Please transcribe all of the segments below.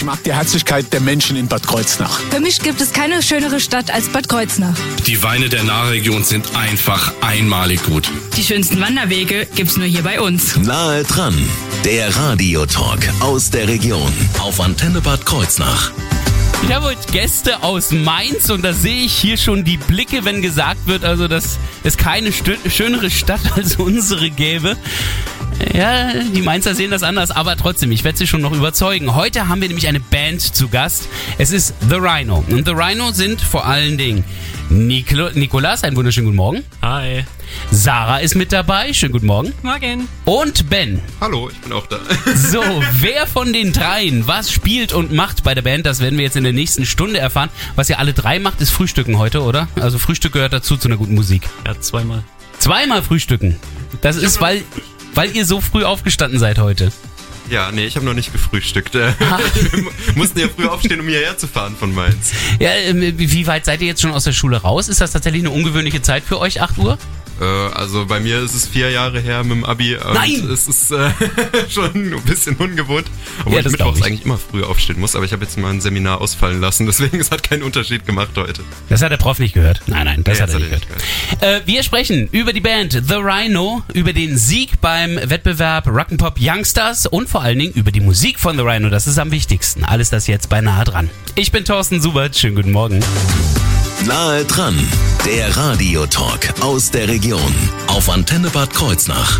mag die Herzlichkeit der Menschen in Bad Kreuznach. Für mich gibt es keine schönere Stadt als Bad Kreuznach. Die Weine der Nahregion sind einfach einmalig gut. Die schönsten Wanderwege gibt's nur hier bei uns. Nahe dran, der Radiotalk aus der Region auf Antenne Bad Kreuznach. Ich habe heute Gäste aus Mainz und da sehe ich hier schon die Blicke, wenn gesagt wird, also dass es keine schönere Stadt als unsere gäbe. Ja, die Mainzer sehen das anders, aber trotzdem, ich werde sie schon noch überzeugen. Heute haben wir nämlich eine Band zu Gast. Es ist The Rhino. Und The Rhino sind vor allen Dingen Nikolas, einen wunderschönen guten Morgen. Hi. Sarah ist mit dabei, schönen guten Morgen. Morgen. Und Ben. Hallo, ich bin auch da. So, wer von den dreien was spielt und macht bei der Band, das werden wir jetzt in der nächsten Stunde erfahren. Was ihr alle drei macht, ist Frühstücken heute, oder? Also Frühstück gehört dazu zu einer guten Musik. Ja, zweimal. Zweimal Frühstücken. Das ist, weil ihr so früh aufgestanden seid heute. Ja, nee, ich habe noch nicht gefrühstückt. Wir mussten ja früh aufstehen, um hierher zu fahren von Mainz. Ja, wie weit seid ihr jetzt schon aus der Schule raus? Ist das tatsächlich eine ungewöhnliche Zeit für euch, 8 Uhr? Also bei mir ist es 4 Jahre her mit dem Abi. Und Nein! Es ist schon ein bisschen ungewohnt. Obwohl Ja, ich mittwochs eigentlich immer früh aufstehen muss. Aber ich habe jetzt mal ein Seminar ausfallen lassen. Deswegen, es hat keinen Unterschied gemacht heute. Das hat der Prof nicht gehört. Nein, das Nee, hat er nicht gehört. Wir sprechen über die Band The Rhino, über den Sieg beim Wettbewerb Rock'n'Pop Youngstars und vor allen Dingen über die Musik von The Rhino. Das ist am wichtigsten. Alles das jetzt bei Nahe dran. Ich bin Thorsten Subert. Schönen guten Morgen. Nahe dran, der Radiotalk aus der Region auf Antenne Bad Kreuznach.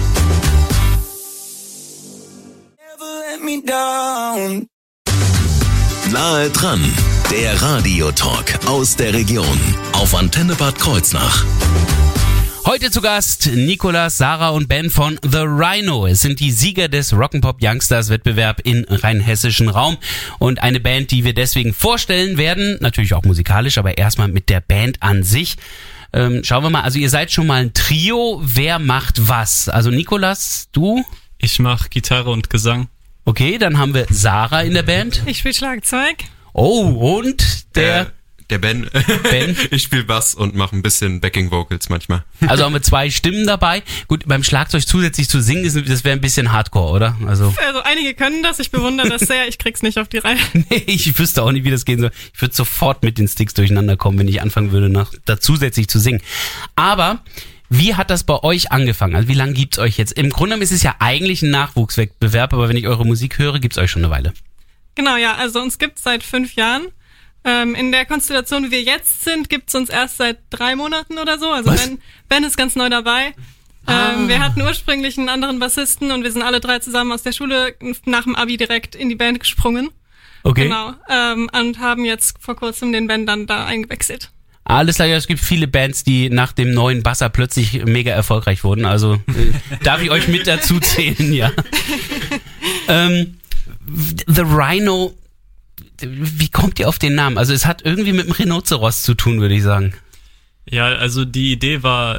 Nahe dran, der Radiotalk aus der Region auf Antenne Bad Kreuznach. Heute zu Gast Nikolas, Sarah und Ben von The Rhino. Es sind die Sieger des Rock'n'Pop Youngstars Wettbewerb im rheinhessischen Raum und eine Band, die wir deswegen vorstellen werden, natürlich auch musikalisch, aber erstmal mit der Band an sich. Schauen wir mal, also ihr seid schon mal ein Trio, wer macht was? Also Nikolas, du? Ich mache Gitarre und Gesang. Okay, dann haben wir Sarah in der Band. Ich spiele Schlagzeug. Oh, und der Ben. Ich spiele Bass und mache ein bisschen Backing Vocals manchmal. Also haben wir 2 Stimmen dabei. Gut, beim Schlagzeug zusätzlich zu singen, das wäre ein bisschen Hardcore, oder? Also einige können das, ich bewundere das sehr, ich krieg's nicht auf die Reihe. Nee, ich wüsste auch nicht, wie das gehen soll. Ich würde sofort mit den Sticks durcheinander kommen, wenn ich anfangen würde, da zusätzlich zu singen. Aber wie hat das bei euch angefangen? Also wie lange gibt's euch jetzt? Im Grunde genommen ist es ja eigentlich ein Nachwuchswettbewerb, aber wenn ich eure Musik höre, gibt's euch schon eine Weile. Genau, ja, also uns gibt's seit 5 Jahren. In der Konstellation, wie wir jetzt sind, gibt's uns erst seit 3 Monaten oder so. Also Ben ist ganz neu dabei. Wir hatten ursprünglich einen anderen Bassisten und wir sind alle 3 zusammen aus der Schule nach dem Abi direkt in die Band gesprungen. Okay. Genau. Und haben jetzt vor kurzem den Ben dann da eingewechselt. Alles klar, ja, es gibt viele Bands, die nach dem neuen Basser plötzlich mega erfolgreich wurden. Also darf ich euch mit dazu zählen, ja. The Rhino, wie kommt ihr auf den Namen? Also es hat irgendwie mit dem Rhinoceros zu tun, würde ich sagen. Ja, also die Idee war,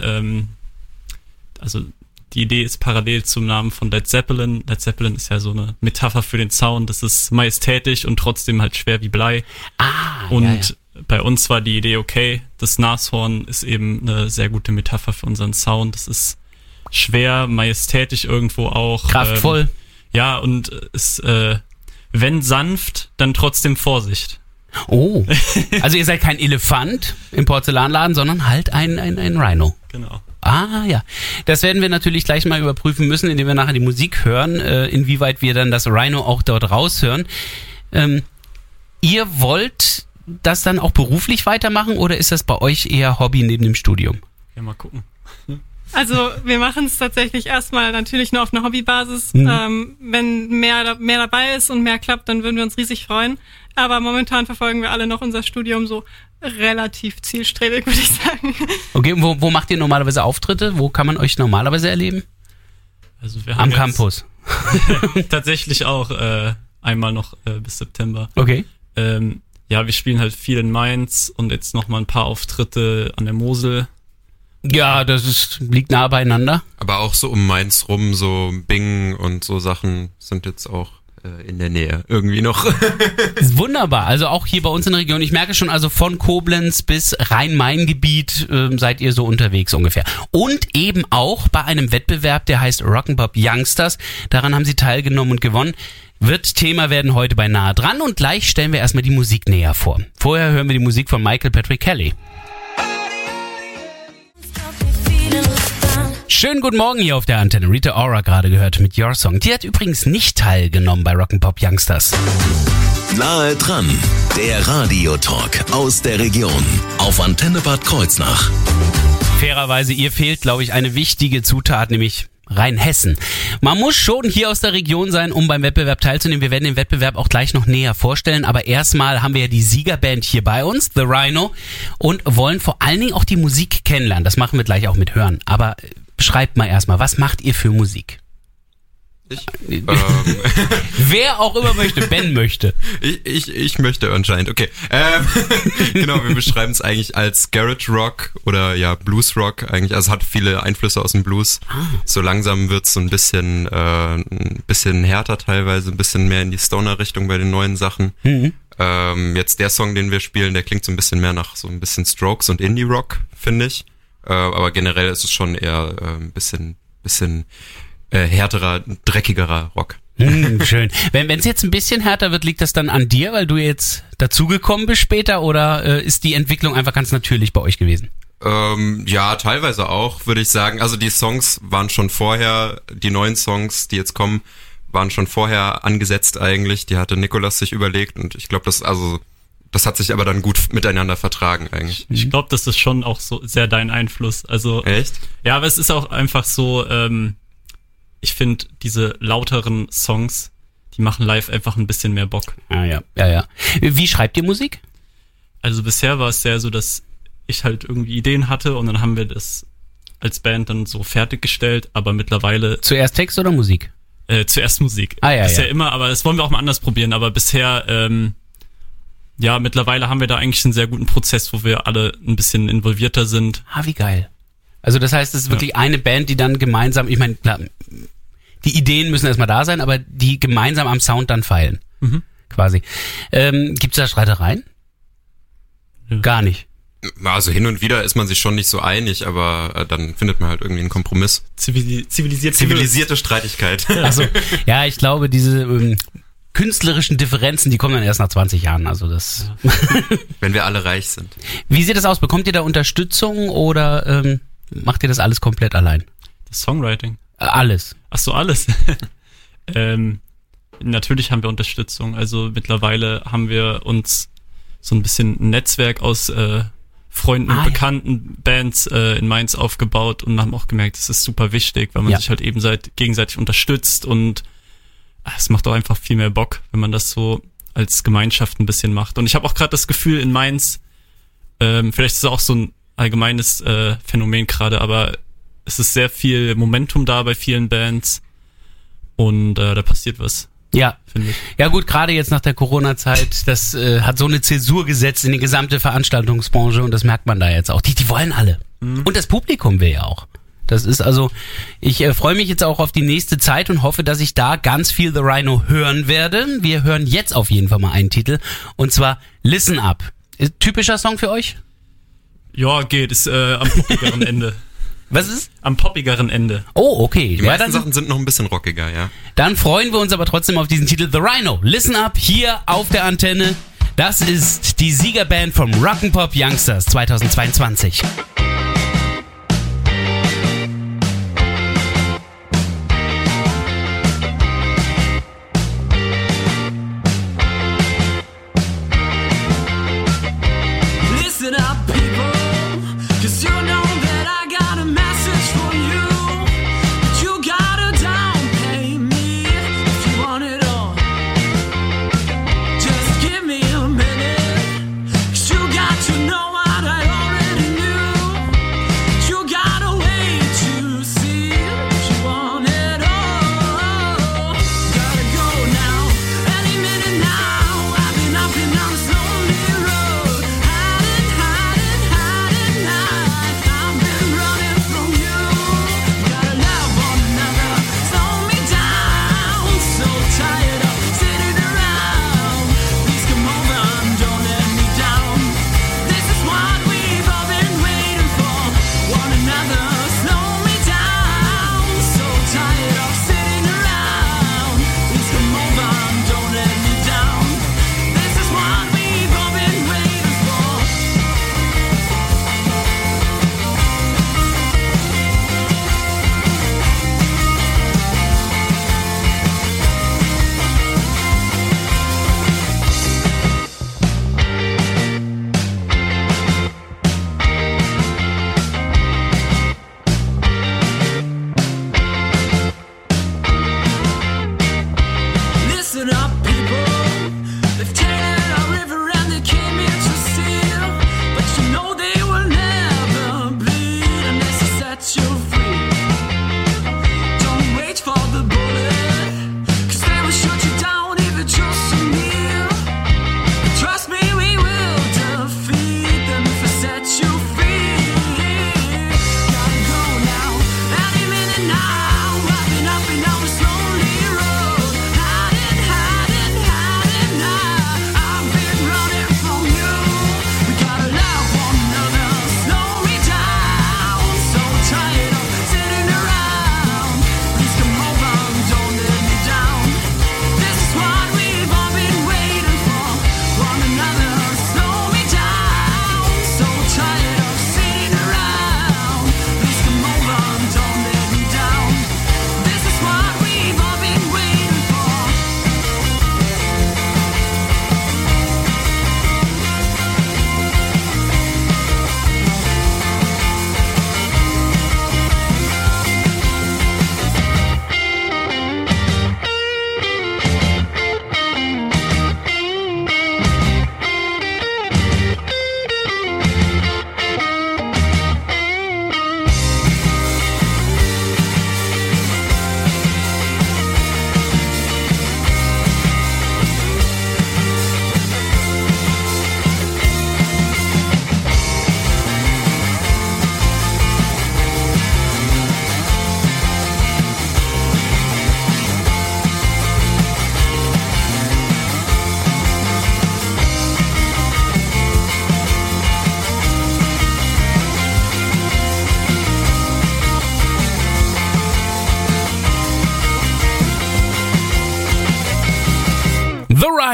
die Idee ist parallel zum Namen von Led Zeppelin. Led Zeppelin ist ja so eine Metapher für den Sound. Das ist majestätisch und trotzdem halt schwer wie Blei. Und bei uns war die Idee, okay, das Nashorn ist eben eine sehr gute Metapher für unseren Sound. Das ist schwer, majestätisch irgendwo auch. Kraftvoll. Ja, und ist, wenn sanft, dann trotzdem Vorsicht. Oh, also ihr seid kein Elefant im Porzellanladen, sondern halt ein Rhino. Genau. Ah ja, das werden wir natürlich gleich mal überprüfen müssen, indem wir nachher die Musik hören, inwieweit wir dann das Rhino auch dort raushören. Ihr wollt das dann auch beruflich weitermachen oder ist das bei euch eher Hobby neben dem Studium? Ja, mal gucken. Also wir machen es tatsächlich erstmal natürlich nur auf einer Hobbybasis. Wenn mehr dabei ist und mehr klappt, dann würden wir uns riesig freuen. Aber momentan verfolgen wir alle noch unser Studium so relativ zielstrebig, würde ich sagen. Okay, und wo macht ihr normalerweise Auftritte? Wo kann man euch normalerweise erleben? Also wir haben am Campus. Tatsächlich auch einmal noch bis September. Okay. Ja, wir spielen halt viel in Mainz und jetzt noch mal ein paar Auftritte an der Mosel. Ja, liegt nah beieinander. Aber auch so um Mainz rum, so Bingen und so Sachen sind jetzt auch in der Nähe irgendwie noch. Wunderbar, also auch hier bei uns in der Region. Ich merke schon, also von Koblenz bis Rhein-Main-Gebiet seid ihr so unterwegs ungefähr. Und eben auch bei einem Wettbewerb, der heißt Rock'n'Pop Youngstars. Daran haben sie teilgenommen und gewonnen. wird Thema werden heute bei Nahe dran und gleich stellen wir erstmal die Musik näher vor. Vorher hören wir die Musik von Michael Patrick Kelly. Schönen guten Morgen hier auf der Antenne. Rita Ora gerade gehört mit Your Song. Die hat übrigens nicht teilgenommen bei Rock'n'Pop Youngsters. Nahe dran, der Radiotalk aus der Region auf Antenne Bad Kreuznach. Fairerweise, ihr fehlt, glaube ich, eine wichtige Zutat, nämlich Rheinhessen. Man muss schon hier aus der Region sein, um beim Wettbewerb teilzunehmen. Wir werden den Wettbewerb auch gleich noch näher vorstellen, aber erstmal haben wir ja die Siegerband hier bei uns, The Rhino, und wollen vor allen Dingen auch die Musik kennenlernen. Das machen wir gleich auch mit Hören. Aber beschreibt mal erstmal, was macht ihr für Musik? Wer auch immer möchte, Ben möchte. Ich möchte anscheinend, okay. Genau, wir beschreiben es eigentlich als Garage Rock oder ja Blues Rock eigentlich. Also es hat viele Einflüsse aus dem Blues. So langsam wird es so ein bisschen härter teilweise, ein bisschen mehr in die Stoner-Richtung bei den neuen Sachen. Jetzt der Song, den wir spielen, der klingt so ein bisschen mehr nach so ein bisschen Strokes und Indie Rock, finde ich. Aber generell ist es schon eher ein bisschen härterer, dreckigerer Rock. Schön. Wenn es jetzt ein bisschen härter wird, liegt das dann an dir, weil du jetzt dazugekommen bist später, oder ist die Entwicklung einfach ganz natürlich bei euch gewesen? Ja, teilweise auch, würde ich sagen. Also die Songs waren schon vorher, die neuen Songs, die jetzt kommen, waren schon vorher angesetzt eigentlich. Die hatte Nicolas sich überlegt und ich glaube, das hat sich aber dann gut miteinander vertragen eigentlich. Ich glaube, das ist schon auch so sehr dein Einfluss. Also echt? Ja, aber es ist auch einfach so, ich finde, diese lauteren Songs, die machen live einfach ein bisschen mehr Bock. Ja. Wie schreibt ihr Musik? Also bisher war es sehr so, dass ich halt irgendwie Ideen hatte und dann haben wir das als Band dann so fertiggestellt, aber mittlerweile... Zuerst Text oder Musik? Zuerst Musik. Bisher immer, aber das wollen wir auch mal anders probieren, aber bisher... mittlerweile haben wir da eigentlich einen sehr guten Prozess, wo wir alle ein bisschen involvierter sind. Wie geil. Also das heißt, es ist wirklich eine Band, die dann gemeinsam, ich meine, klar, die Ideen müssen erstmal da sein, aber die gemeinsam am Sound dann feilen. Quasi. Gibt's da Streitereien? Ja. Gar nicht. Also hin und wieder ist man sich schon nicht so einig, aber dann findet man halt irgendwie einen Kompromiss. Zivilisierte Streitigkeit. Also, ja, ich glaube, diese künstlerischen Differenzen, die kommen dann erst nach 20 Jahren. Also das. Wenn wir alle reich sind. Wie sieht das aus? Bekommt ihr da Unterstützung oder macht ihr das alles komplett allein? Das Songwriting. Alles. Ach so, alles. Natürlich haben wir Unterstützung. Also mittlerweile haben wir uns so ein bisschen ein Netzwerk aus Freunden und bekannten Bands in Mainz aufgebaut und haben auch gemerkt, das ist super wichtig, weil man sich halt eben gegenseitig unterstützt und es macht auch einfach viel mehr Bock, wenn man das so als Gemeinschaft ein bisschen macht. Und ich habe auch gerade das Gefühl in Mainz, vielleicht ist es auch so ein allgemeines Phänomen gerade, aber es ist sehr viel Momentum da bei vielen Bands und da passiert was. Ja, finde ich. Ja gut, gerade jetzt nach der Corona-Zeit, das hat so eine Zäsur gesetzt in die gesamte Veranstaltungsbranche und das merkt man da jetzt auch. Die wollen alle. Und das Publikum will ja auch. Das ist also, ich freue mich jetzt auch auf die nächste Zeit und hoffe, dass ich da ganz viel The Rhino hören werde. Wir hören jetzt auf jeden Fall mal einen Titel und zwar Listen Up. Typischer Song für euch? Ja, geht, ist am poppigeren Ende. Was ist? Am poppigeren Ende. Oh, okay. Die meisten Sachen sind noch ein bisschen rockiger, ja. Dann freuen wir uns aber trotzdem auf diesen Titel The Rhino. Listen Up hier auf der Antenne. Das ist die Siegerband vom Rock'n'Pop Youngsters 2022. Know what I already knew.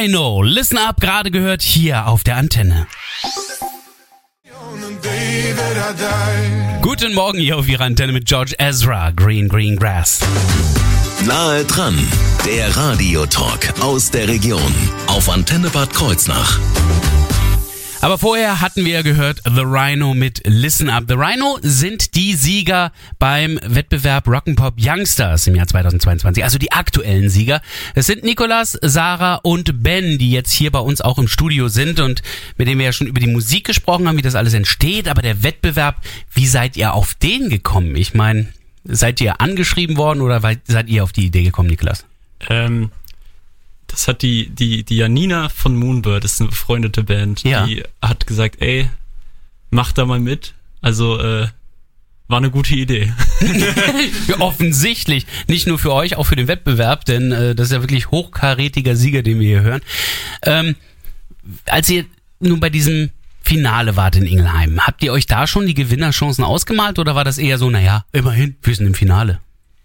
Rhino, Listen Up, gerade gehört hier auf der Antenne. Guten Morgen hier auf Ihrer Antenne mit George Ezra, Green Grass. Nahe dran, der Radiotalk aus der Region auf Antenne Bad Kreuznach. Aber vorher hatten wir ja gehört The Rhino mit Listen Up. The Rhino sind die Sieger beim Wettbewerb Rock'n'Pop Youngstars im Jahr 2022, also die aktuellen Sieger. Es sind Nikolas, Sarah und Ben, die jetzt hier bei uns auch im Studio sind und mit denen wir ja schon über die Musik gesprochen haben, wie das alles entsteht. Aber der Wettbewerb, wie seid ihr auf den gekommen? Ich meine, seid ihr angeschrieben worden oder seid ihr auf die Idee gekommen, Nikolas? Das hat die Janina von Moonbird, das ist eine befreundete Band, ja. Die hat gesagt, ey, mach da mal mit. Also war eine gute Idee. Ja, offensichtlich. Nicht nur für euch, auch für den Wettbewerb, denn das ist ja wirklich hochkarätiger Sieger, den wir hier hören. Als ihr nun bei diesem Finale wart in Ingelheim, habt ihr euch da schon die Gewinnerchancen ausgemalt oder war das eher so, naja, immerhin, wir sind im Finale?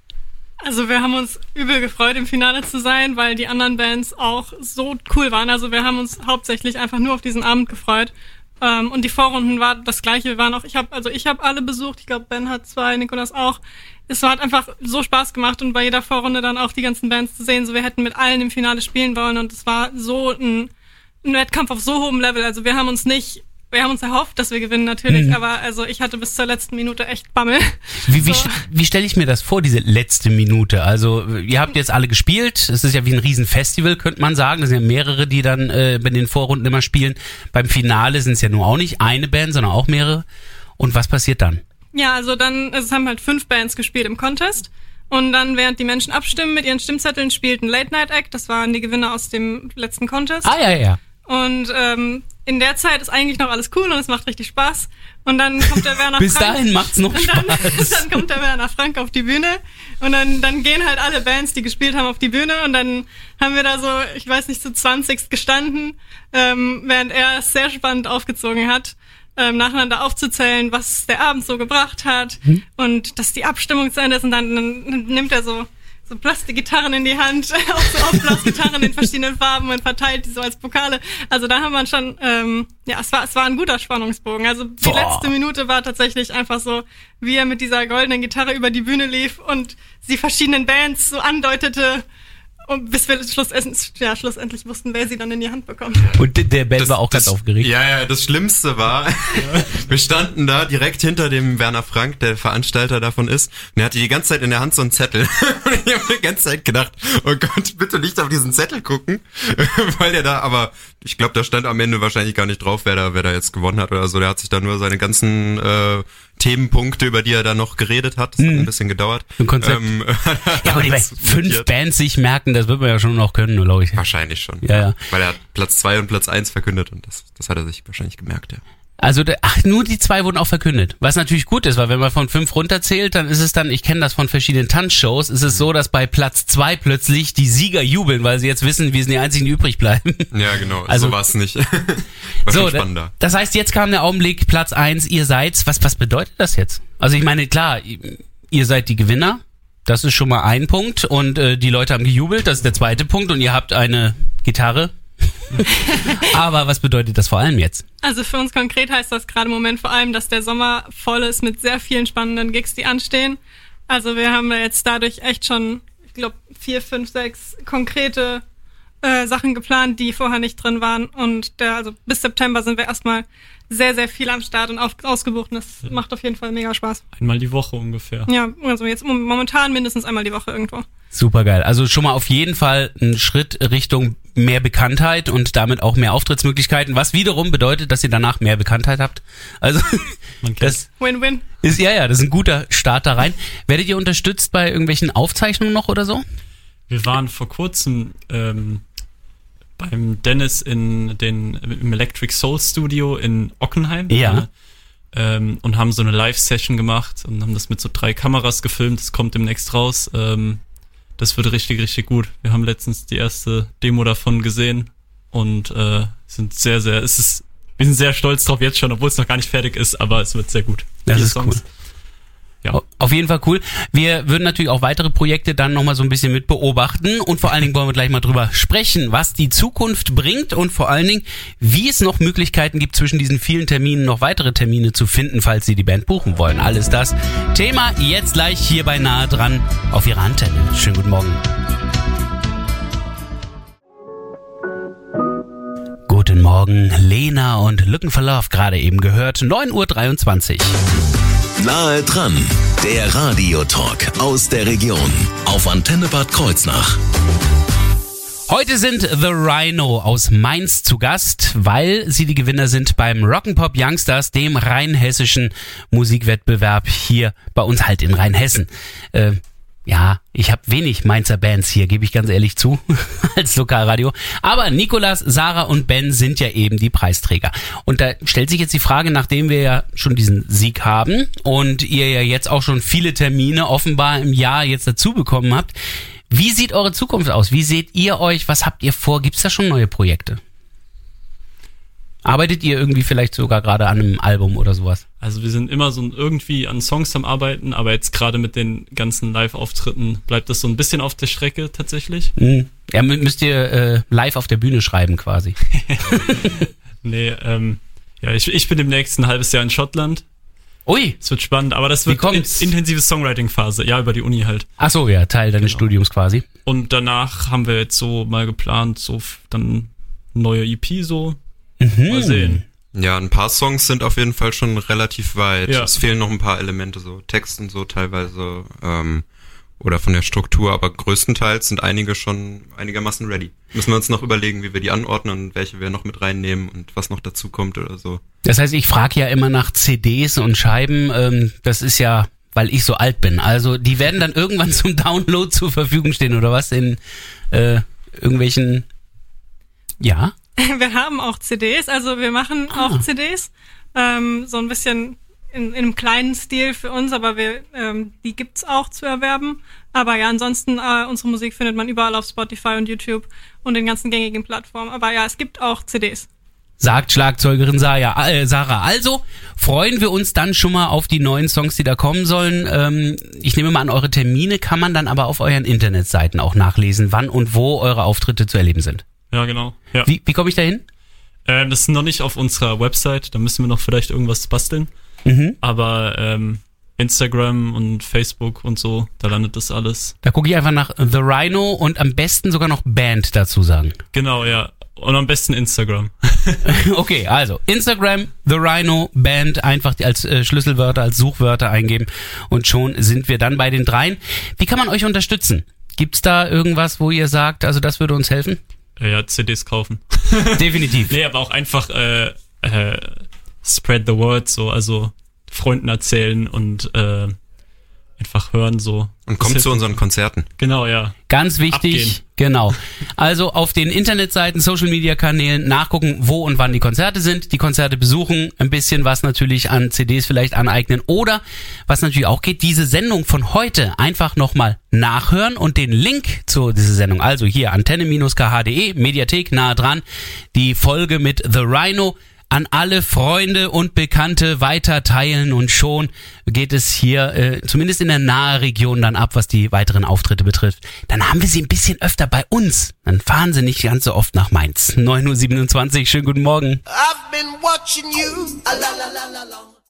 Also wir haben uns übel gefreut, im Finale zu sein, weil die anderen Bands auch so cool waren. Also wir haben uns hauptsächlich einfach nur auf diesen Abend gefreut. Und die Vorrunden war das Gleiche. Wir waren auch, ich habe alle besucht. Ich glaube, Ben hat 2, Nikolas auch. Es hat einfach so Spaß gemacht und bei jeder Vorrunde dann auch die ganzen Bands zu sehen. So, wir hätten mit allen im Finale spielen wollen und es war so ein Wettkampf auf so hohem Level. Also wir haben uns erhofft, dass wir gewinnen natürlich, aber also ich hatte bis zur letzten Minute echt Bammel. Wie stelle ich mir das vor, diese letzte Minute? Also ihr habt jetzt alle gespielt, es ist ja wie ein Riesenfestival, könnte man sagen. Das sind ja mehrere, die dann bei den Vorrunden immer spielen. Beim Finale sind es ja nur auch nicht eine Band, sondern auch mehrere. Und was passiert dann? Ja, also es haben halt 5 Bands gespielt im Contest. Und dann, während die Menschen abstimmen mit ihren Stimmzetteln, spielt ein Late Night Act. Das waren die Gewinner aus dem letzten Contest. Ja. Und in der Zeit ist eigentlich noch alles cool und es macht richtig Spaß. Und dann kommt der Werner Bis Frank. dahin macht's noch Spaß. Dann kommt der Werner Frank auf die Bühne und dann gehen halt alle Bands, die gespielt haben, auf die Bühne und dann haben wir da so, ich weiß nicht, zu 20 gestanden, während er es sehr spannend aufgezogen hat, nacheinander aufzuzählen, was der Abend so gebracht hat und dass die Abstimmung zu Ende ist und dann nimmt er so Plastikgitarren in die Hand, auch so Aufblasgitarren in verschiedenen Farben und verteilt die so als Pokale. Also da haben wir schon, es war ein guter Spannungsbogen. Also die letzte Minute war tatsächlich einfach so, wie er mit dieser goldenen Gitarre über die Bühne lief und sie verschiedenen Bands so andeutete, und bis wir schlussendlich wussten, wer sie dann in die Hand bekommt. Und der Ben war auch ganz aufgeregt. Ja, das Schlimmste war, wir standen da direkt hinter dem Werner Frank, der Veranstalter davon ist, und er hatte die ganze Zeit in der Hand so einen Zettel. Und ich habe die ganze Zeit gedacht, oh Gott, bitte nicht auf diesen Zettel gucken, weil der da, aber ich glaube, da stand am Ende wahrscheinlich gar nicht drauf, wer da jetzt gewonnen hat oder so. Der hat sich da nur seine ganzen Themenpunkte, über die er da noch geredet hat. Das hat ein bisschen gedauert. Ein Konzept. Ja, aber die 5 Bands sich merken, das wird man ja schon noch können, glaube ich. Wahrscheinlich schon. Ja. Weil er hat Platz 2 und Platz 1 verkündet und das hat er sich wahrscheinlich gemerkt, ja. Also, nur die 2 wurden auch verkündet. Was natürlich gut ist, weil wenn man von 5 runterzählt, dann ist es dann, ich kenne das von verschiedenen Tanzshows, ist es so, dass bei Platz 2 plötzlich die Sieger jubeln, weil sie jetzt wissen, wir sind die einzigen, die übrig bleiben. Ja, genau. Also, so war es nicht. War so, spannender. Das heißt, jetzt kam der Augenblick, Platz 1, ihr seid's. Was bedeutet das jetzt? Also ich meine, klar, ihr seid die Gewinner. Das ist schon mal ein Punkt und die Leute haben gejubelt, das ist der zweite Punkt und ihr habt eine Gitarre. Aber was bedeutet das vor allem jetzt? Also für uns konkret heißt das gerade im Moment vor allem, dass der Sommer voll ist mit sehr vielen spannenden Gigs, die anstehen. Also wir haben jetzt dadurch echt schon, ich glaube, 4, 5, 6 konkrete Sachen geplant, die vorher nicht drin waren. Und also bis September sind wir erstmal sehr, sehr viel am Start und ausgebucht. Und das macht auf jeden Fall mega Spaß. Einmal die Woche ungefähr. Ja, also jetzt momentan mindestens einmal die Woche irgendwo. Super geil. Also schon mal auf jeden Fall ein Schritt Richtung mehr Bekanntheit und damit auch mehr Auftrittsmöglichkeiten, was wiederum bedeutet, dass ihr danach mehr Bekanntheit habt. Also das Win-win. Ist das ist ein guter Start da rein. Werdet ihr unterstützt bei irgendwelchen Aufzeichnungen noch oder so? Wir waren vor kurzem beim Dennis im Electric Soul Studio in Ockenheim. Ja. Und haben so eine Live-Session gemacht und haben das mit so 3 Kameras gefilmt. Das kommt demnächst raus. Das wird richtig, richtig gut. Wir haben letztens die erste Demo davon gesehen und sind wir sind sehr stolz drauf jetzt schon, obwohl es noch gar nicht fertig ist, aber es wird sehr gut. Das ist cool. Ja. Auf jeden Fall cool. Wir würden natürlich auch weitere Projekte dann nochmal so ein bisschen mit beobachten und vor allen Dingen wollen wir gleich mal drüber sprechen, was die Zukunft bringt und vor allen Dingen, wie es noch Möglichkeiten gibt, zwischen diesen vielen Terminen noch weitere Termine zu finden, falls Sie die Band buchen wollen. Alles das Thema jetzt gleich hier bei Nahe dran auf Ihrer Antenne. Schönen guten Morgen. Guten Morgen, Lena und Looking for Love gerade eben gehört, 9:23 Uhr. Nahe dran, der Radiotalk aus der Region auf Antenne Bad Kreuznach. Heute sind The Rhino aus Mainz zu Gast, weil sie die Gewinner sind beim Rock'n'Pop Youngstars, dem rheinhessischen Musikwettbewerb hier bei uns halt in Rheinhessen. Ja, ich habe wenig Mainzer Bands hier, gebe ich ganz ehrlich zu, als Lokalradio. Aber Nikolas, Sarah und Ben sind ja eben die Preisträger. Und da stellt sich jetzt die Frage, nachdem wir ja schon diesen Sieg haben und ihr ja jetzt auch schon viele Termine offenbar im Jahr jetzt dazu bekommen habt, wie sieht eure Zukunft aus? Wie seht ihr euch? Was habt ihr vor? Gibt's da schon neue Projekte? Arbeitet ihr irgendwie vielleicht sogar gerade an einem Album oder sowas? Also wir sind immer so irgendwie an Songs am Arbeiten, aber jetzt gerade mit den ganzen Live-Auftritten bleibt das so ein bisschen auf der Strecke tatsächlich. Ja, müsst ihr live auf der Bühne schreiben quasi. Nee, ja, ich bin demnächst ein halbes Jahr in Schottland. Ui! Es wird spannend, aber das wird eine intensive Songwriting-Phase. Ja, über die Uni halt. Ach so, ja, Teil deines Studiums quasi. Und danach haben wir jetzt so mal geplant, so dann neue EP so. Mal sehen. Ja, ein paar Songs sind auf jeden Fall schon relativ weit. Ja. Es fehlen noch ein paar Elemente, so Texten so teilweise oder von der Struktur, aber größtenteils sind einige schon einigermaßen ready. Müssen wir uns noch überlegen, wie wir die anordnen und welche wir noch mit reinnehmen und was noch dazu kommt oder so. Das heißt, ich frage ja immer nach CDs und Scheiben. Das ist ja, weil ich so alt bin. Also die werden dann irgendwann zum Download zur Verfügung stehen oder was in irgendwelchen... Ja? Wir haben auch CDs, also wir machen auch CDs, so ein bisschen in einem kleinen Stil für uns, aber die gibt's auch zu erwerben. Aber ja, ansonsten unsere Musik findet man überall auf Spotify und YouTube und den ganzen gängigen Plattformen. Aber ja, es gibt auch CDs. Sagt Schlagzeugerin Sarah. Also freuen wir uns dann schon mal auf die neuen Songs, die da kommen sollen. Ich nehme mal an, eure Termine kann man dann aber auf euren Internetseiten auch nachlesen, wann und wo eure Auftritte zu erleben sind. Ja, genau. Ja. Wie komme ich da hin? Das ist noch nicht auf unserer Website, da müssen wir noch vielleicht irgendwas basteln. Aber Instagram und Facebook und so, da landet das alles. Da gucke ich einfach nach The Rhino und am besten sogar noch Band dazu sagen. Genau, ja. Und am besten Instagram. Okay, also Instagram, The Rhino, Band, einfach als Schlüsselwörter, als Suchwörter eingeben und schon sind wir dann bei den dreien. Wie kann man euch unterstützen? Gibt's da irgendwas, wo ihr sagt, also das würde uns helfen? Ja, CDs kaufen. Definitiv. Nee, aber auch einfach spread the word, so, also Freunden erzählen und einfach hören so. Und kommt zu unseren Konzerten. Genau, ja. Ganz wichtig, Abgehen. Genau. Also auf den Internetseiten, Social-Media-Kanälen nachgucken, wo und wann die Konzerte sind, die Konzerte besuchen, ein bisschen was natürlich an CDs vielleicht aneignen oder, was natürlich auch geht, diese Sendung von heute einfach nochmal nachhören und den Link zu dieser Sendung, also hier antenne-kh.de, Mediathek, nahe dran, die Folge mit The Rhino, an alle Freunde und Bekannte weiter teilen und schon geht es hier zumindest in der nahen Region dann ab, was die weiteren Auftritte betrifft. Dann haben wir sie ein bisschen öfter bei uns. Dann fahren sie nicht ganz so oft nach Mainz. 9:27 Uhr, schönen guten Morgen. I've been watching you.